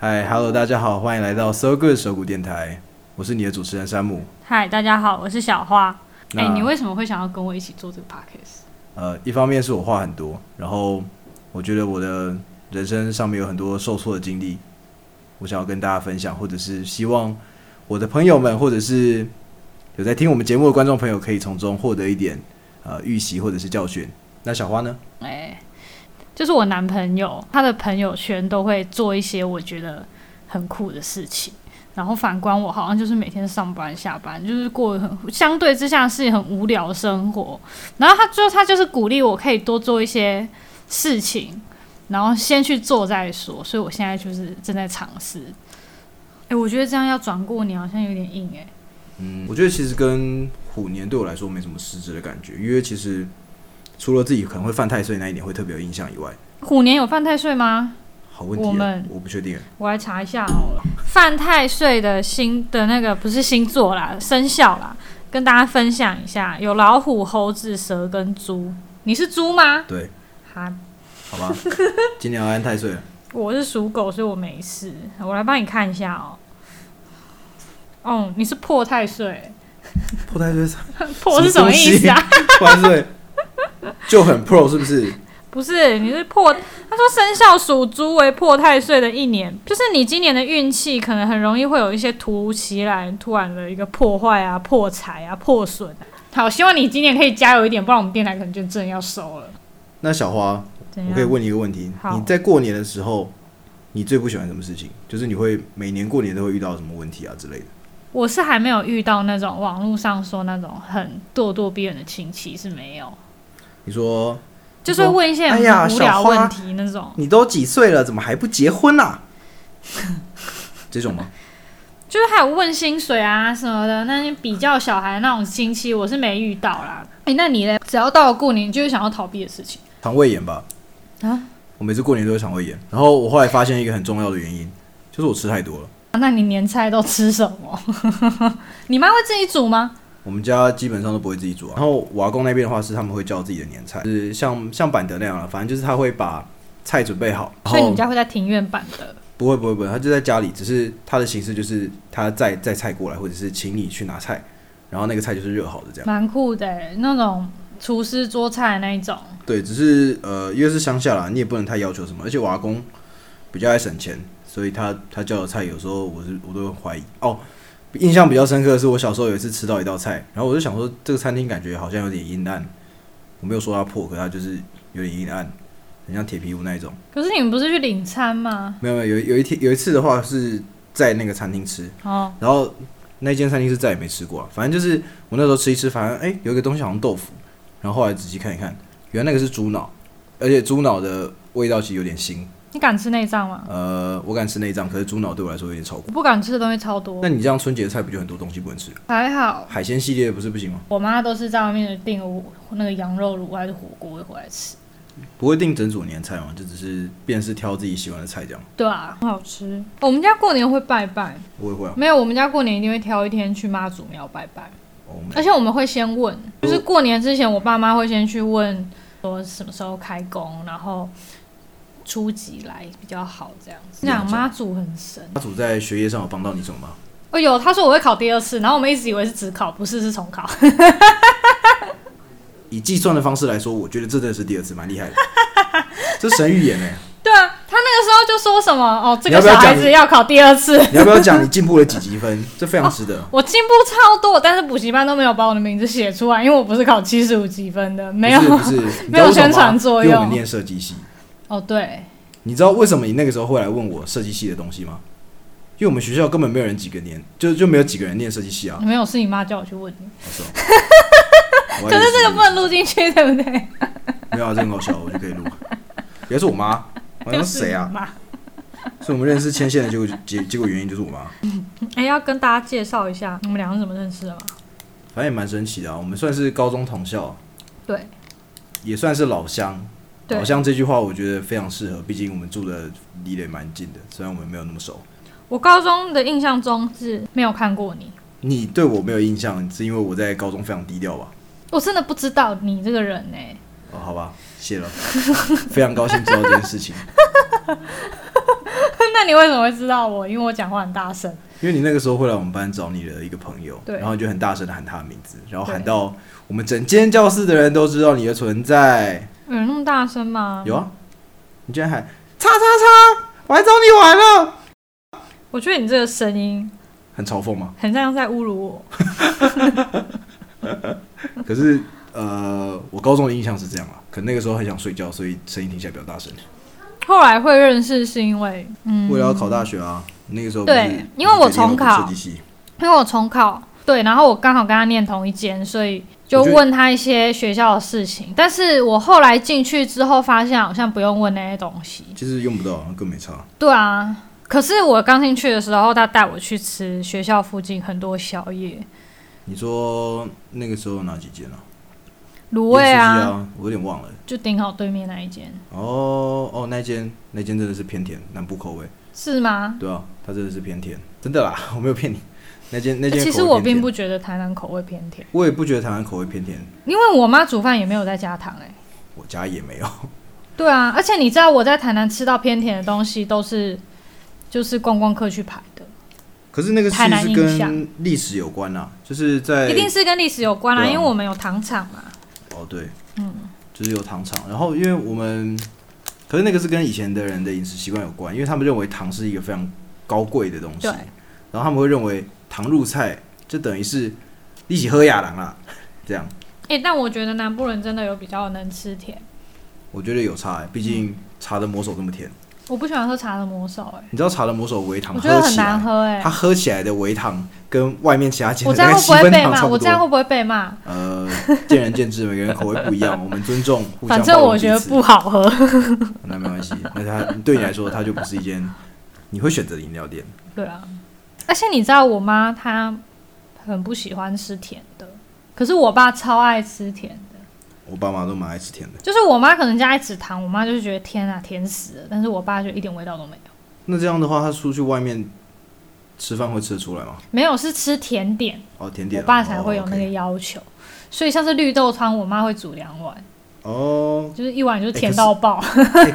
嗨 ，Hello， 大家好，欢迎来到 So Good 手鼓电台，我是你的主持人山姆。 嗨，大家好，我是小花。你为什么会想要跟我一起做这个 podcast？ 一方面是我话很多，然后我觉得我的人生上面有很多受挫的经历，我想要跟大家分享，或者是希望我的朋友们，或者是有在听我们节目的观众朋友，可以从中获得一点预习或者是教训。那小花呢？ 就是我男朋友，他的朋友圈都会做一些我觉得很酷的事情，然后反观我好像就是每天上班下班，就是过很相对之下是很无聊的生活。然后他就是鼓励我可以多做一些事情，然后先去做再说。所以我现在就是正在尝试。我觉得这样要转过年好像有点硬我觉得其实跟虎年对我来说没什么实质的感觉，因为其实除了自己可能会犯太岁那一年会特别有印象以外， 虎年有犯太岁吗？ 好问题我不确定。 我来查一下好了。犯太岁的那个不是星座啦，生肖啦，跟大家分享一下，有老虎、猴子、蛇跟猪。你是猪吗？ 对。好吧，今年要安太岁了。 我是属狗，所以我没事。我来帮你看一下你是破太岁。 破太岁破是什么意思啊？ 破太岁就很 pro 是不是？ 不是，你是破。他说生肖属猪为破太岁的一年，就是你今年的运气可能很容易会有一些突如其来、突然的一个破坏啊、破财啊、破损啊。好，希望你今年可以加油一点，不然我们电台可能就真的要收了。 那小花，我可以问你一个问题：你在过年的时候，你最不喜欢什么事情？就是你会每年过年都会遇到什么问题啊之类的？ 我是还没有遇到那种网络上说那种很咄咄逼人的亲戚，是没有。 你说就是会问一些很无聊问题那种。 你都几岁了，怎么还不结婚啊？这种吗？ 就是还有问薪水啊什么的，那些比较小孩那种亲戚，我是没遇到啦。那你呢？只要到了过年，你就会想要逃避的事情？ 肠胃炎吧。我每次过年都会肠胃炎，然后我后来发现一个很重要的原因，就是我吃太多了。 那你年菜都吃什么？你妈会自己煮吗？ 我们家基本上都不会自己煮然后我阿公那边的话是他们会叫自己的年菜，就是像板德那样反正就是他会把菜准备好。 所以你们家会在庭院板德？ 不会，他就在家里，只是他的形式就是他载菜过来，或者是请你去拿菜，然后那个菜就是热好的这样。 蛮酷的那种厨师做菜的那一种。对， 只是因为是乡下啦，你也不能太要求什么，而且我阿公比较爱省钱，所以他叫的菜有时候我都会怀疑印象比较深刻的是，我小时候有一次吃到一道菜，然后我就想说，这个餐厅感觉好像有点阴暗。我没有说它破，可它就是有点阴暗，很像铁皮屋那一种。 可是你们不是去领餐吗？ 没有，有一次的话是在那个餐厅吃，然后那间餐厅是再也没吃过了。反正就是我那时候吃一吃，反正有一个东西好像豆腐，然后后来仔细看一看，原来那个是猪脑，而且猪脑的味道其实有点腥。 你敢吃内脏吗？ 我敢吃内脏，可是猪脑对我来说有点超过。 我不敢吃的东西超多。 那你这样春节的菜不就很多东西不能吃？ 还好， 海鲜系列不是不行吗？ 我妈都是在外面订那个羊肉炉还是火锅回来吃。 不会订整组年菜吗？就只是便是挑自己喜欢的菜这样。 对啊，很好吃。我们家过年会拜拜。 我也会没有，我们家过年一定会挑一天去妈祖庙拜拜。而且我们会先问，就是过年之前，我爸妈会先去问说什么时候开工，然后初几来比较好这样子。讲妈祖很神。 妈祖在学业上有帮到你什么吗？ 有，他说我会考第二次，然后我们一直以为是指考，不是，是重考。 以计算的方式来说，我觉得这真的是第二次，蛮厉害的。这神预言对啊，他那个时候就说什么这个小孩子要考第二次。 你要不要讲你进步了几积分？这非常值得。 我进步超多，但是补习班都没有把我的名字写出来，因为我不是考75积分的，没有， 不是没有宣传作用。 因为我们念设计系。 对。 你知道为什么你那个时候会来问我设计系的东西吗？因为我们学校根本没有人几个念，就没有几个人念设计系啊。 没有，是你妈叫我去问你。 可是这个不能录进去，对不对？ 没有这很好笑，我就可以录。原来是我妈，我想谁啊？所以我们认识牵线的结果原因就是我妈。 要跟大家介绍一下我们两个怎么认识的吗？ 反正也蛮神奇的我们算是高中同校， 对， 也算是老乡。老乡这句话我觉得非常适合，毕竟我们住的离得蛮近的，虽然我们没有那么熟。 我高中的印象中是没有看过你。 你对我没有印象，是因为我在高中非常低调吧？ 我真的不知道你这个人好吧，谢了，非常高兴知道这件事情。 那你为什么会知道我？因为我讲话很大声。 因为你那个时候会来我们班找你的一个朋友， 对， 然后你就很大声的喊他的名字，然后喊到我们整间教室的人都知道你的存在。 有那么大声吗？ 有啊，你居然喊叉叉叉，我来找你玩了。 我觉得你这个声音很嘲讽吗？ 很像在侮辱我。 可是我高中的印象是这样啊，可能那个时候很想睡觉，所以声音听起来比较大声。 后来会认识是因为为了要考大学啊，那个时候对，因为我重考， 设计系， 因为我重考，对，然后我刚好跟他念同一间，所以就问他一些学校的事情。但是我后来进去之后发现好像不用问那些东西， 其实用不到，更没差。 对啊，可是我刚进去的时候，他带我去吃学校附近很多宵夜。 你说那个时候哪几间啊？ 卤味啊， 我有点忘了， 就顶好对面那一间。 哦，那间真的是偏甜，南部口味。 是吗？ 对啊，它真的是偏甜，真的啦，我没有骗你。那间其实我并不觉得台南口味偏甜， 我也不觉得台南口味偏甜， 因为我妈煮饭也没有在加糖我家也没有。 对啊，而且你知道我在台南吃到偏甜的东西都是就是观光客去排的。 可是那个其实跟历史有关啊，就是在一定是跟历史有关啊，因为我们有糖厂嘛。 哦，对，就是有糖厂，然后因为我们，可是那个是跟以前的人的饮食习惯有关，因为他们认为糖是一个非常高贵的东西，然后他们会认为糖入菜就等于是一起喝亚郎啦，这样。 但我觉得南部人真的有比较能吃甜， 我觉得有差毕竟茶的魔手这么甜。 我不喜欢喝茶的魔手你知道茶的魔手微糖， 我觉得很难喝它喝起来的微糖跟外面其他间的大概7分糖差不多。我这样会不会被骂？ 见仁见智，每个人口味不一样，我们尊重互相包容彼此。 反正我觉得不好喝。 那没关系，那它对你来说，它就不是一间你会选择的饮料店。 对啊，而且你知道我妈她很不喜欢吃甜的，可是我爸超爱吃甜的。 我爸妈都蛮爱吃甜的， 就是我妈可能加一匙糖，我妈就是觉得天啊甜死了，但是我爸就一点味道都没有。 那这样的话，他出去外面吃饭会吃得出来吗？ 没有，是吃甜点。 甜点， 我爸才会有那个要求。所以像是绿豆汤，我妈会煮2碗。就是一碗就是甜到爆。 可是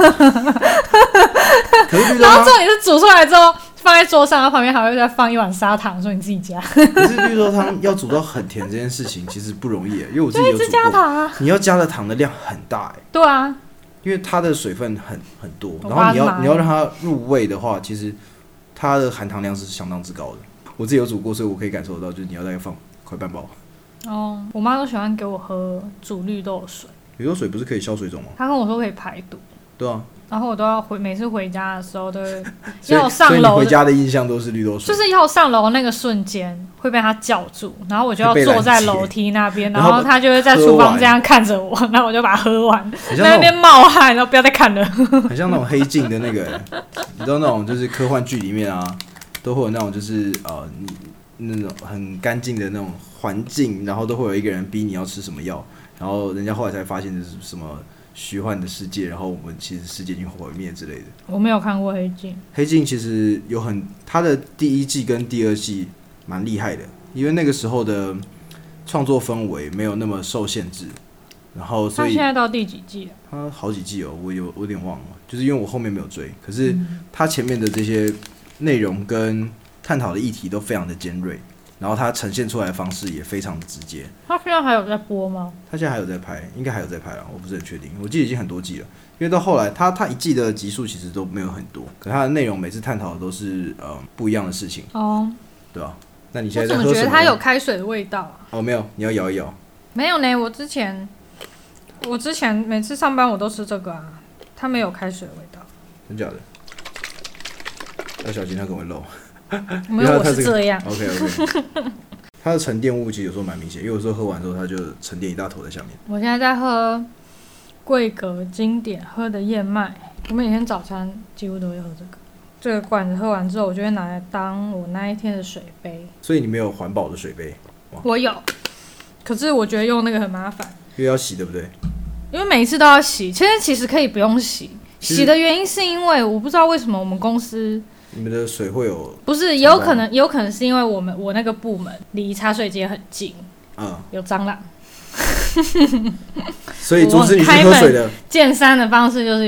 绿豆汤， 然后重点是煮出来之后放在桌上，然后旁边还会再放1碗砂糖，说你自己加。 可是绿豆汤要煮到很甜这件事情其实不容易，因为我自己有煮过。 加糖啊！ 你要加的糖的量很大对啊， 因为它的水分很多，然后你要让它入味的话，其实它的含糖量是相当之高的。我自己有煮过，所以我可以感受到，就是你要大概放快半包。 我妈都喜欢给我喝煮绿豆水。 绿豆水不是可以消水肿吗？ 她跟我说可以排毒。 对啊。 然后我都要每次回家的时候都会要上楼， 所以你回家的印象都是绿豆水， 就是要上楼那个瞬间会被他叫住，然后我就要坐在楼梯那边，然后他就会在厨房这样看着我，然后我就把它喝完，在那边冒汗，然后不要再看了。 很像那种黑镜的那个，你知道那种就是科幻剧里面啊，都会有那种就是那种很干净的那种环境，然后都会有一个人逼你要吃什么药，然后人家后来才发现这是什么虚幻的世界，然后我们其实世界已经毁灭之类的。 我没有看过黑镜。 黑镜其实有它的第1季跟第2季蛮厉害的，因为那个时候的创作氛围没有那么受限制，然后所以他现在到第几季了？ 他好几季我有点忘了，就是因为我后面没有追，可是他前面的这些内容跟探讨的议题都非常的尖锐。然后它呈现出来的方式也非常的直接。 他现在还有在播吗？ 他现在还有在拍，应该还有在拍啦，我不是很确定。我记得已经很多季了，因为到后来他一季的集数其实都没有很多，可它的内容每次探讨的都是不一样的事情。对吧？那你现在在喝什么？ 我怎么觉得它有开水的味道啊？ 没有，你要摇一摇。 没有呢，我之前每次上班我都吃这个啊，它没有开水的味道。 真假的？要小心它可能会漏。 没有，我是这样。 OK， 它的沉淀物其实有时候蛮明显，因为有时候喝完之后它就沉淀一大坨在下面。 我现在在喝桂格经典喝的燕麦，我每天早餐几乎都会喝这个罐子，喝完之后我就会拿来当我那一天的水杯。 所以你没有环保的水杯？ 我有，可是我觉得用那个很麻烦， 因为要洗，对不对？ 因为每一次都要洗，其实可以不用洗。洗的原因是因为我不知道为什么我们公司。 你们的水会有？ 不是，也有可能是因为我那个部门离茶水间很近，有蟑螂， 所以阻止你去喝水的见山的方式就是有的。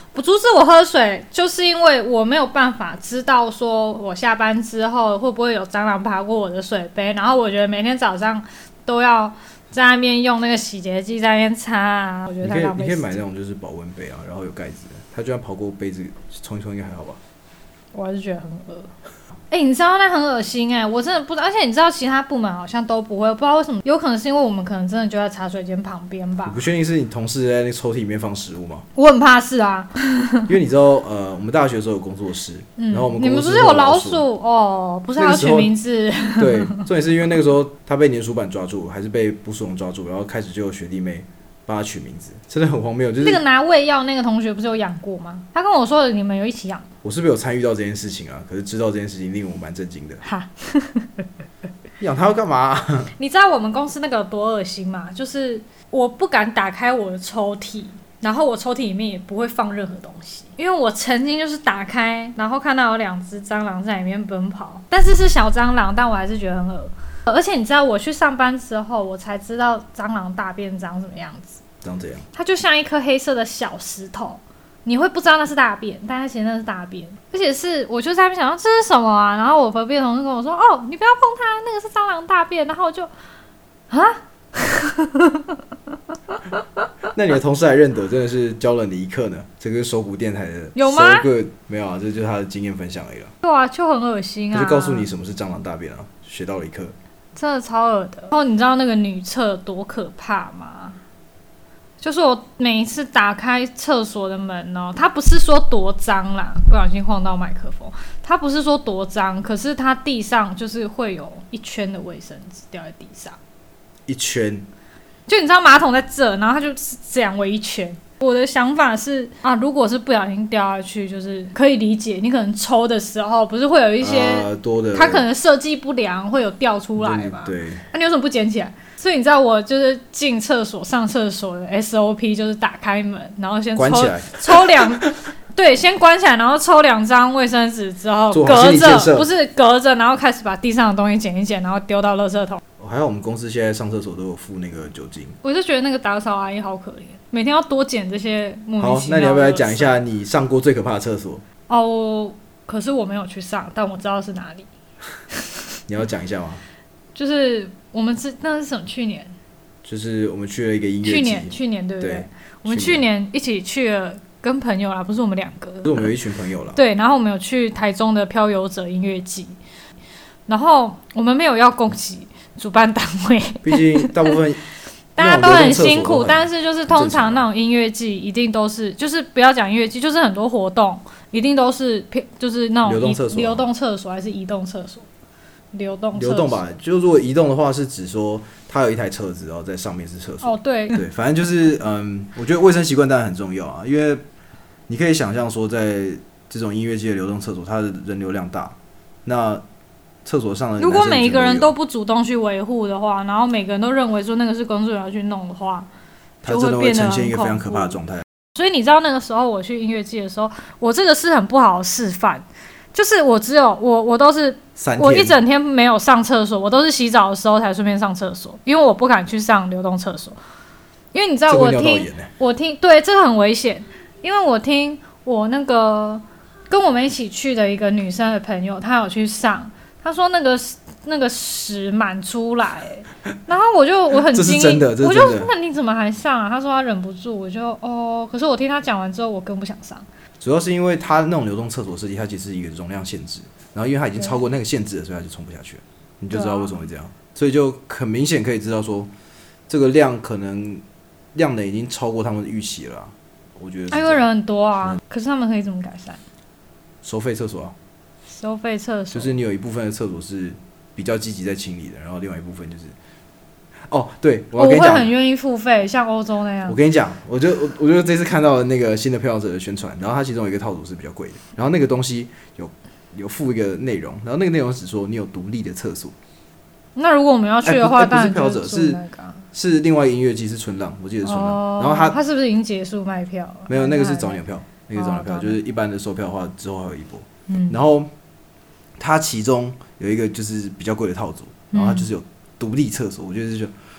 不阻止我喝水，就是因为我没有办法知道说我下班之后会不会有蟑螂爬过我的水杯，然后我觉得每天早上都要在那边用那个洗洁剂在那边擦啊，我觉得太浪费时间。 你可以买那种就是保温杯啊，然后有盖子的，它就算跑过杯子冲一冲应该还好吧？ 我还是觉得很恶。你知道那很恶心我真的不知道，而且你知道其他部门好像都不会，我不知道为什么，有可能是因为我们可能真的就在茶水间旁边吧。 你不确定是你同事在那抽屉里面放食物吗？ 我很怕是啊， 因为你知道我们大学的时候有工作室，然后我们你们工作室不是有老鼠哦？不是还要取名字？ 对，重点是因为那个时候他被粘鼠板抓住，还是被捕鼠笼抓住，然后开始就有学弟妹帮他取名字，真的很荒谬。就是那个拿胃药那个同学不是有养过吗？他跟我说的，你们有一起养。 我是没有参与到这件事情啊，可是知道这件事情令我蛮震惊的。 哈， 养它要干嘛你知道我们公司那个有多恶心吗？就是我不敢打开我的抽屉，然后我抽屉里面也不会放任何东西，因为我曾经就是打开，然后看到有2只蟑螂在里面奔跑，但是是小蟑螂，但我还是觉得很恶。而且你知道我去上班之后，我才知道蟑螂大便长什么样子。 长这样， 它就像一颗黑色的小石头，你会不知道那是大便，但它其实那是大便，而且是我就在那边想到这是什么啊，然后我隔壁的同事跟我说，哦，你不要碰它，那个是蟑螂大便，然后我就啊， 那你的同事还认得，真的是教了你一课呢。这个是手鼓电台的， 有吗？ 没有啊，这就是他的经验分享而已啦。 对啊，就很恶心啊。 他就告诉你什么是蟑螂大便啊，学到了一课。 真的超恶的。然后你知道那个女厕多可怕吗？就是我每一次打开厕所的门哦，它不是说多脏啦，不小心晃到麦克风，它不是说多脏，可是它地上就是会有一圈的卫生纸掉在地上， 一圈， 就你知道马桶在这，然后它就是这样围一圈。我的想法是啊，如果是不小心掉下去，就是可以理解，你可能抽的时候不是会有一些多的， 它可能设计不良会有掉出来嘛？ 对， 那你为什么不捡起来？所以你知道我就是进厕所上厕所的 SOP 就是打开门，然后先关起来， 抽对，先关起来，然后抽2张卫生纸之后隔着， 不是隔着，然后开始把地上的东西捡一捡，然后丢到垃圾桶。 还好我们公司现在上厕所都有附那个酒精。 我就觉得那个打扫阿姨好可怜，每天要多捡这些莫名其妙的。 好，那你要不要来讲一下你上过最可怕的厕所？ 哦，可是我没有去上，但我知道是哪里。 你要讲一下吗？ 就是我们那是什么？去年， 就是我们去了一个音乐季。 去年对不对？ 对， 我们去年一起去了，跟朋友啦，不是我们2个， 是我们有一群朋友啦。 对，然后我们有去台中的漂游者音乐季，然后我们没有要攻击主办单位， 毕竟大部分大家都很辛苦，但是就是通常那种音乐季一定都是，就是不要讲音乐季，就是很多活动一定都是就是那种流动厕所还是移动厕所？流动吧，就如果移动的话，是指说它有一台车子，然后在上面是厕所。 哦，对， 反正就是我觉得卫生习惯当然很重要啊，因为你可以想象说，在这种音乐季的流动厕所，它的人流量大，那厕所上的如果每一个人都不主动去维护的话，然后每个人都认为说那个是工作人员去弄的话， 它真的会呈现一个非常可怕的状态。 所以你知道那个时候我去音乐季的时候，我这个是很不好的示范。就是我只有我都是我一整天没有上厕所，我都是洗澡的时候才顺便上厕所，因为我不敢去上流动厕所，因为你知道我听对这个很危险，因为我听我那个跟我们一起去的一个女生的朋友，她有去上，她说那个屎满出来，然后我很惊异，我就那你怎么还上啊？她说她忍不住，我就可是我听她讲完之后，我更不想上。 主要是因为它那种流动厕所设计，它其实是一个容量限制，然后因为它已经超过那个限制了，所以它就冲不下去了，你就知道为什么会这样，所以就很明显可以知道说，这个量可能量能已经超过他们的预期了，我觉得。 因为人很多啊，可是他们可以怎么改善？ 收费厕所啊， 收费厕所就是你有一部分的厕所是比较积极在清理的，然后另外一部分就是。对，我跟你讲， 我会很愿意付费，像欧洲那样。 我跟你讲，我就这次看到了那个新的漂流者的宣传，然后它其中有一个套组是比较贵的，然后那个东西有附一个内容，然后那个内容只说你有独立的厕所。 那如果我们要去的话，当然不是漂流者，是另外一个音乐季是春浪，我记得是春浪。然后他是不是已经结束卖票？ 没有，那个是早鸟票，就是一般的售票的话之后还有一波。然后它其中有一个就是比较贵的套组，然后它就是有独立厕所，我觉得就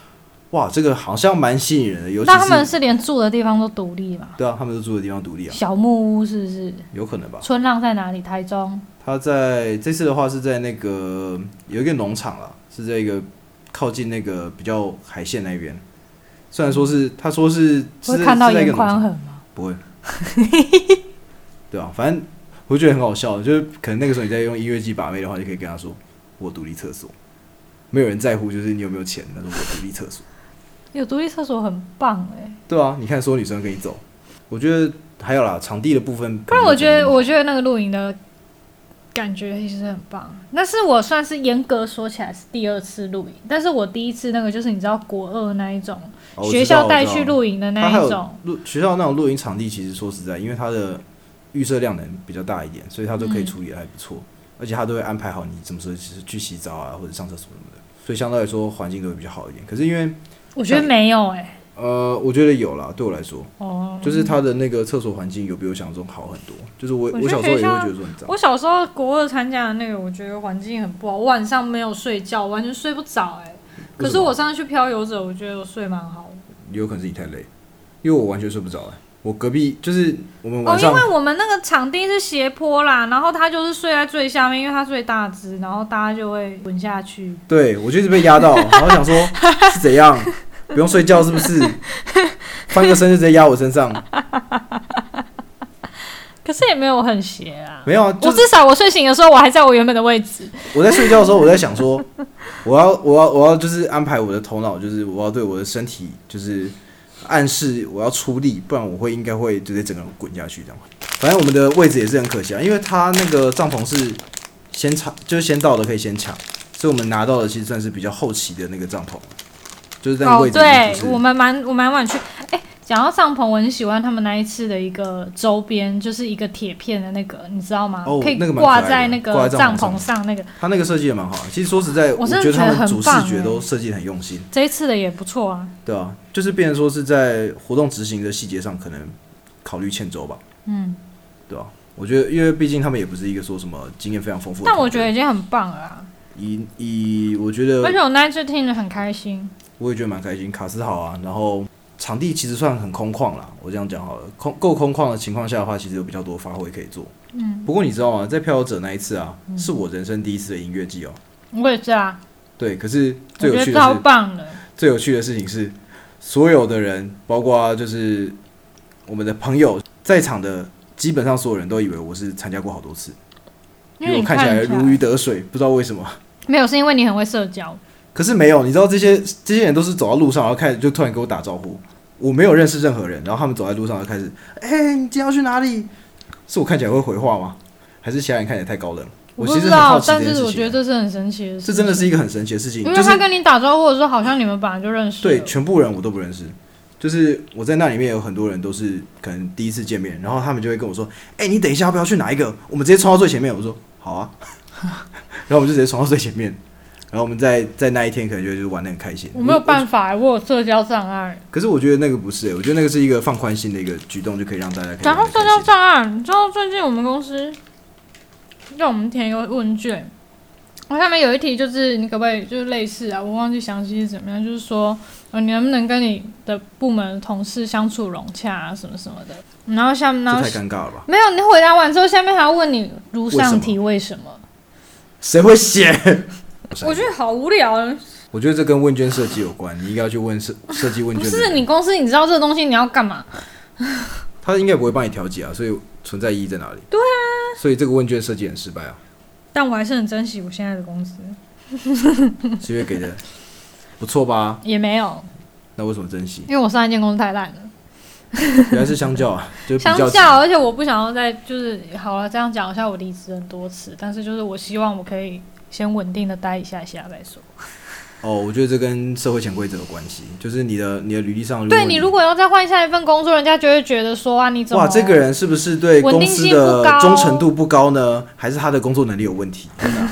哇，这个好像蛮吸引人的，尤其是那他们是连住的地方都独立嘛？ 对啊，他们都住的地方独立啊， 小木屋是不是？ 有可能吧。 春浪在哪里？台中。 他在这次的话是在那个有一个农场啦，是在一个靠近那个比较海线那边。虽然说是他说是会看到严宽衡吗？ 不会。对啊，反正我觉得很好笑，就是可能那个时候你在用音乐机把妹的话，就可以跟他说我有独立厕所，没有人在乎就是你有没有钱，但是我有独立厕所。 有独立厕所很棒对啊，你看所有女生跟你走，我觉得还有啦，场地的部分。 不然我觉得那个露营的感觉其实很棒。但是我算是严格说起来是第2次露营，但是我第1次那个就是你知道国2那一种。学校带去露营的那一种， 学校那种露营场地，其实说实在，因为它的预设量能比较大一点，所以它都可以处理的还不错，而且它都会安排好你什么时候去洗澡啊，或者上厕所什么的，所以相对来说环境都会比较好一点。可是因为我觉得没有我觉得有啦，对我来说，就是它的那个厕所环境有比我想象中好很多。就是我小时候也会觉得说很脏。 我小时候国2参加的那个，我觉得环境很不好，我晚上没有睡觉，完全睡不着可是我上次去漂游者，我觉得我睡蛮好的。 有可能是你太累，因为我完全睡不着我隔壁就是我们晚上因为我们那个场地是斜坡啦，然后他就是睡在最下面，因为他最大只，然后大家就会滚下去。 对，我就一直被压到，然后想说是怎样，不用睡觉是不是？翻个身就直接压我身上。 可是也没有很斜啊。 没有啊， 我至少我睡醒的时候，我还在我原本的位置。 我在睡觉的时候，我在想说，我要就是安排我的头脑，就是我要对我的身体就是暗示我要出力，不然我应该会直接整个人滚下去这样。反正我们的位置也是很可惜啊，因为他那个帐篷是就是先到的可以先抢，所以我们拿到的其实算是比较后期的那个帐篷，就是在那个位置里面、 对，我蛮晚去。讲到帐篷，我很喜欢他们那一次的一个周边，就是一个铁片的那个，你知道吗？可以挂在那个帐篷上那个。 他那个设计也蛮好的。其实说实在，我觉得他们主视觉都设计得很用心。 这一次的也不错啊。 对啊，就是变成说是在活动执行的细节上可能考虑欠周吧。对啊，我觉得因为毕竟他们也不是一个说什么经验非常丰富的， 但我觉得已经很棒了啊。 我觉得， 而且我那一次听得很开心。 我也觉得蛮开心，卡斯好啊，然后。场地其实算很空旷啦，我这样讲好了。够空旷的情况下的话，其实有比较多发挥可以做。不过你知道吗？在漂游者那一次啊，是我人生第1次的音乐季哦。 我也是啊。 对，可是最有趣的是， 超棒的。 最有趣的事情是，所有的人，包括就是我们的朋友，在场的基本上所有人都以为我是参加过好多次，因为我看起来如鱼得水，不知道为什么。 没有，是因为你很会社交。 可是没有，你知道这些人都是走到路上，然后开始就突然跟我打招呼。我没有认识任何人，然后他们走在路上就开始，你今天要去哪里？是我看起来会回话吗？还是其他人看起来太高冷？ 我其实很好奇这件事情。但是我觉得这是很神奇的事情。 这真的是一个很神奇的事情， 因为他跟你打招呼的时候，好像你们本来就认识。 对，全部人我都不认识。就是我在那里面有很多人都是可能第1次见面，然后他们就会跟我说：“你等一下要不要去哪一个？我们直接冲到最前面。”我说：“好啊。”然后我们就直接冲到最前面。然后我们在那一天可能就玩得很开心。 我没有办法，我有社交障碍。 可是我觉得那个不是，我觉得那个是一个放宽心的一个举动，就可以让大家可以。 然后社交障碍，你知道最近我们公司让我们填一个问卷，然后下面有一题就是你可不可以就是类似啊，我忘记详细是怎么样，就是说你能不能跟你的部门同事相处融洽啊，什么什么的。然后下面这太尴尬了吧？ 没有，你回答完之后，下面还要问你如上题为什么？ 谁会写？ 我觉得好无聊。 我觉得这跟问卷设计有关，你应该要去问设计问卷。 不是你公司，你知道这个东西你要干嘛？ 他应该不会帮你调节啊，所以存在意义在哪里？ 对啊， 所以这个问卷设计很失败啊。 但我还是很珍惜我现在的公司。 是因为给的不错吧？ 也没有。 那为什么珍惜？ 因为我上一间公司太烂了。 原来是相较啊，就是比较相较，而且我不想要再就是好了，这样讲一下，我离职很多次，但是就是我希望我可以先稳定的待一下下再说。 我觉得这跟社会潜规则有关系，就是你的履历上， 对你如果要再换下一份工作，人家就会觉得说啊，你怎么这个人是不是对公司的忠诚度不高呢？还是他的工作能力有问题？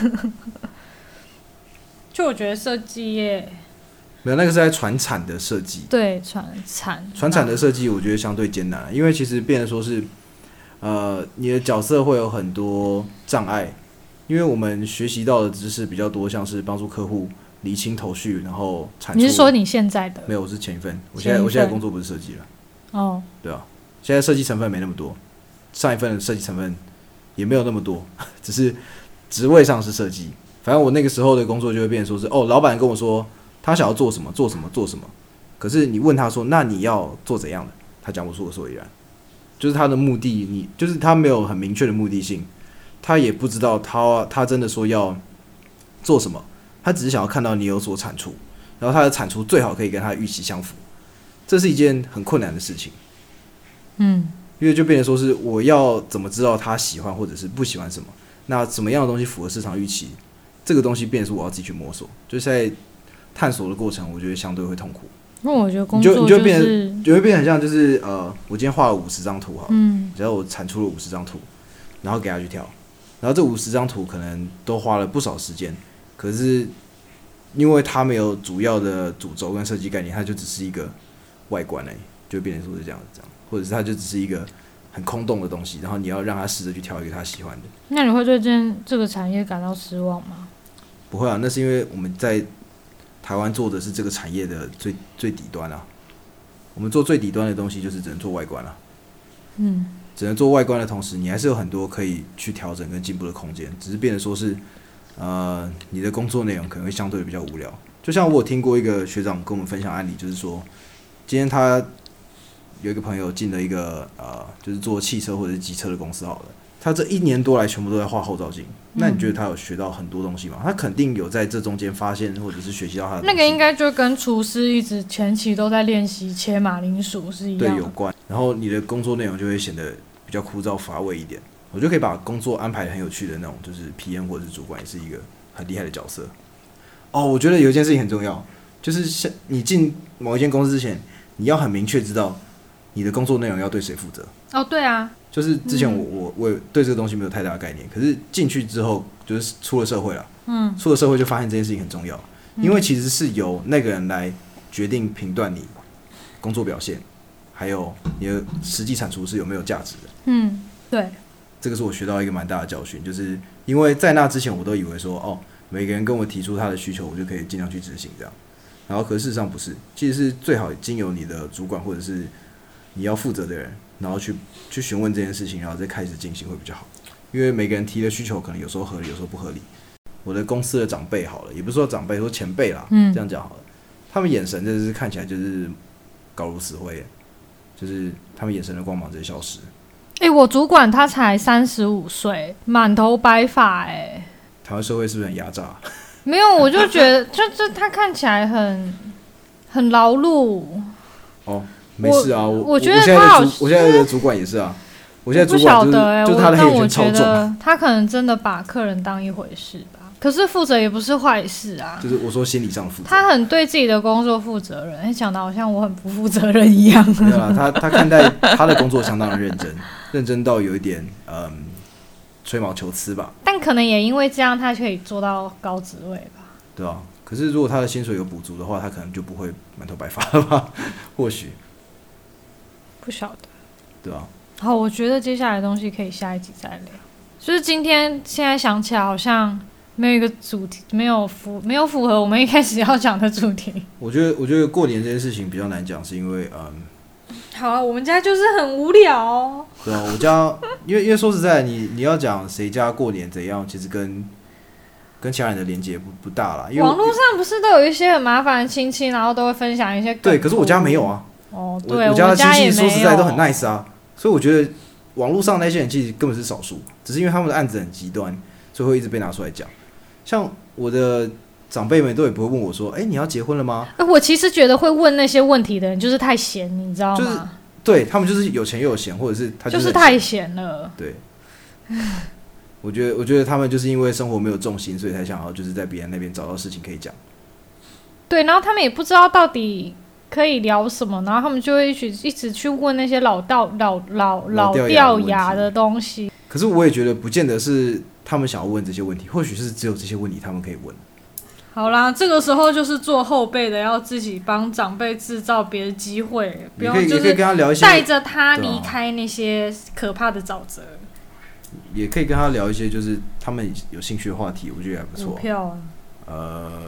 就我觉得设计业没有，那个是在传产的设计。 对，传产的设计，我觉得相对艰难，因为其实变成说是，你的角色会有很多障碍，因为我们学习到的知识比较多，像是帮助客户厘清头绪，然后产出。 你是说你现在的？ 没有，我是前一份。我现在工作不是设计了。 哦， 对啊，现在设计成分没那么多，上一份的设计成分也没有那么多，只是职位上是设计。反正我那个时候的工作就会变成说是老板跟我说他想要做什么，做什么，做什么。可是你问他说，那你要做怎样的？他讲不出个所以然，就是他的目的，就是他没有很明确的目的性，他也不知道他真的说要做什么，他只是想要看到你有所产出，然后他的产出最好可以跟他的预期相符，这是一件很困难的事情。因为就变成说是我要怎么知道他喜欢或者是不喜欢什么，那什么样的东西符合市场预期，这个东西变成是我要自己去摸索，就是在探索的过程，我觉得相对会痛苦。 因为我觉得工作就会变得很像就是我今天画了50张图好了，只要我产出了50张图，然后给他去挑，然后这50张图可能都花了不少时间，可是因为它没有主要的主轴跟设计概念，它就只是一个外观而已，就变成说是这样，或者是它就只是一个很空洞的东西，然后你要让他试着去挑一个他喜欢的。 那你会对这个产业感到失望吗？ 不会啊，那是因为我们在台湾做的是这个产业的最底端啊。我们做最底端的东西就是只能做外观啊。只能做外观的同时，你还是有很多可以去调整跟进步的空间，只是变得说是你的工作内容可能会相对比较无聊。就像我有听过一个学长跟我们分享案例，就是说今天他有一个朋友进了一个就是做汽车或者是机车的公司好了，他这1年多来全部都在画后照镜。那你觉得他有学到很多东西吗？他肯定有在这中间发现或者是学习到他的东西。 那个应该就跟厨师一直前期都在练习切马铃薯是一样的。 对，有关。然后你的工作内容就会显得比较枯燥乏味一点。我就可以把工作安排得很有趣的那种，就是 PM 或者是主管也是一个很厉害的角色。我觉得有一件事情很重要，就是像你进某一间公司之前，你要很明确知道你的工作内容要对谁负责。 对啊。 就是之前我对这个东西没有太大的概念，可是进去之后就是出了社会了，出了社会就发现这件事情很重要，因为其实是由那个人来决定评断你工作表现，还有你的实际产出是有没有价值的。 对， 这个是我学到一个蛮大的教训，就是因为在那之前我都以为说每个人跟我提出他的需求，我就可以尽量去执行这样，然后可是事实上不是，其实是最好经由你的主管或者是你要负责的人，然后去询问这件事情，然后再开始进行会比较好。因为每个人提的需求可能有时候合理，有时候不合理。我的公司的长辈好了，也不是说长辈，说前辈啦，这样讲好了，他们眼神就是看起来就是高如死灰，就是他们眼神的光芒直接消失。 我主管他才35岁，满头白发台湾社会是不是很压榨？ 没有，我就觉得就他看起来很劳碌。 没事啊， 我觉得我现在的主管也是啊，我现在主管就是他的黑眼圈超重。 他可能真的把客人当一回事吧，可是负责也不是坏事啊。 就是我说心理上负责， 他很对自己的工作负责任。讲的好像我很不负责任一样。 对啊，他看待他的工作相当的认真，认真到有一点吹毛求疵吧。 但可能也因为这样，他可以做到高职位吧。 对啊，可是如果他的薪水有补足的话，他可能就不会满头白发了吧？或许。 不晓得， 对啊。 好，我觉得接下来的东西可以下一集再聊。就是现在想起来好像没有一个主题，没有符合我们一开始要讲的主题。 我觉得过年这件事情比较难讲，是因为好啊，我们家就是很无聊。 对啊，我家因为说实在，你要讲谁家过年怎样，其实跟其他人的连结不大啦。因为网络上不是都有一些很麻烦的亲戚，然后都会分享一些梗图。 对，可是我家没有啊。 对， 我家的亲戚说实在都很 nice 啊，所以我觉得网络上那些人其实根本是少数，只是因为他们的案子很极端，所以会一直被拿出来讲。像我的长辈们都也不会问我说：“你要结婚了吗？” 我其实觉得会问那些问题的人就是太闲，你知道吗？ 就是对他们就是有钱又有闲，或者是他就是太闲了。 对，我觉得他们就是因为生活没有重心，所以才想要就是在别人那边找到事情可以讲。 对，然后他们也不知道到底可以聊什么，然后他们就会一直去问那些老掉牙的东西。 可是我也觉得不见得是他们想要问这些问题，或许是只有这些问题他们可以问。 好啦，这个时候就是做后辈的要自己帮长辈制造别的机会，不用就是带着他离开那些可怕的沼泽。 也可以跟他聊一些就是他们有兴趣的话题，我觉得还不错。 股票啊，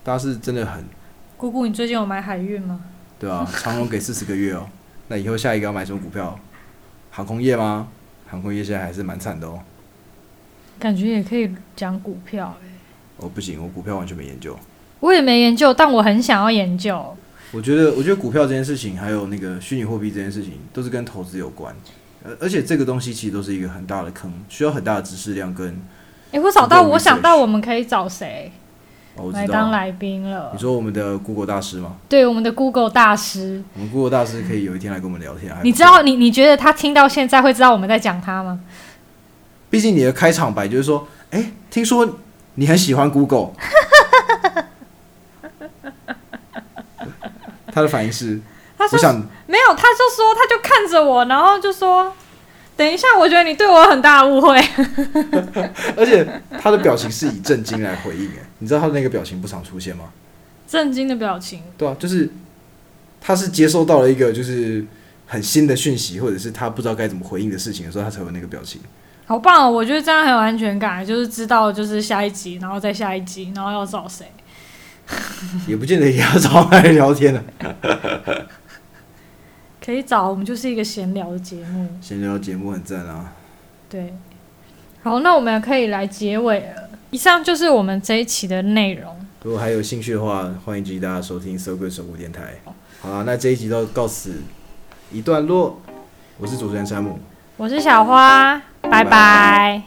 大是真的很。 姑姑，你最近有买海运吗？ 对啊，长荣给40个月哦。那以后下一个要买什么股票？航空业吗？航空业现在还是蛮惨的哦。 感觉也可以讲股票哦，不行，我股票完全没研究。 我也没研究，但我很想要研究。 我觉得股票这件事情，还有那个虚拟货币这件事情，都是跟投资有关。而且这个东西其实都是一个很大的坑，需要很大的知识量跟。我想到我们可以找谁来当来宾了？ 你说我们的 Google 大师吗？ 对，我们的 Google 大师。 我们 Google 大师可以有一天来跟我们聊天。 你知道你觉得他听到现在会知道我们在讲他吗？ 毕竟你的开场白就是说，听说你很喜欢 Google。他的反应是， 他说没有，他就看着我，然后就说，等一下，我觉得你对我有很大的误会。 而且他的表情是以震惊来回应，你知道他的那个表情不常出现吗？ 震惊的表情。 对啊，就是他是接收到了一个就是很新的讯息，或者是他不知道该怎么回应的事情的时候，他才有那个表情。 好棒哦！我觉得这样很有安全感，就是知道就是下一集，然后再下一集，然后要找谁。 也不见得也要找他来聊天了。 可以找，我们就是一个闲聊的节目。 闲聊节目很赞啊。 对，好，那我们可以来结尾了。以上就是我们这一期的内容。 如果还有兴趣的话，欢迎继续大家收听So Good 守护电台。好啦，那这一集都告此一段落。我是主持人山姆， 我是小花，拜拜。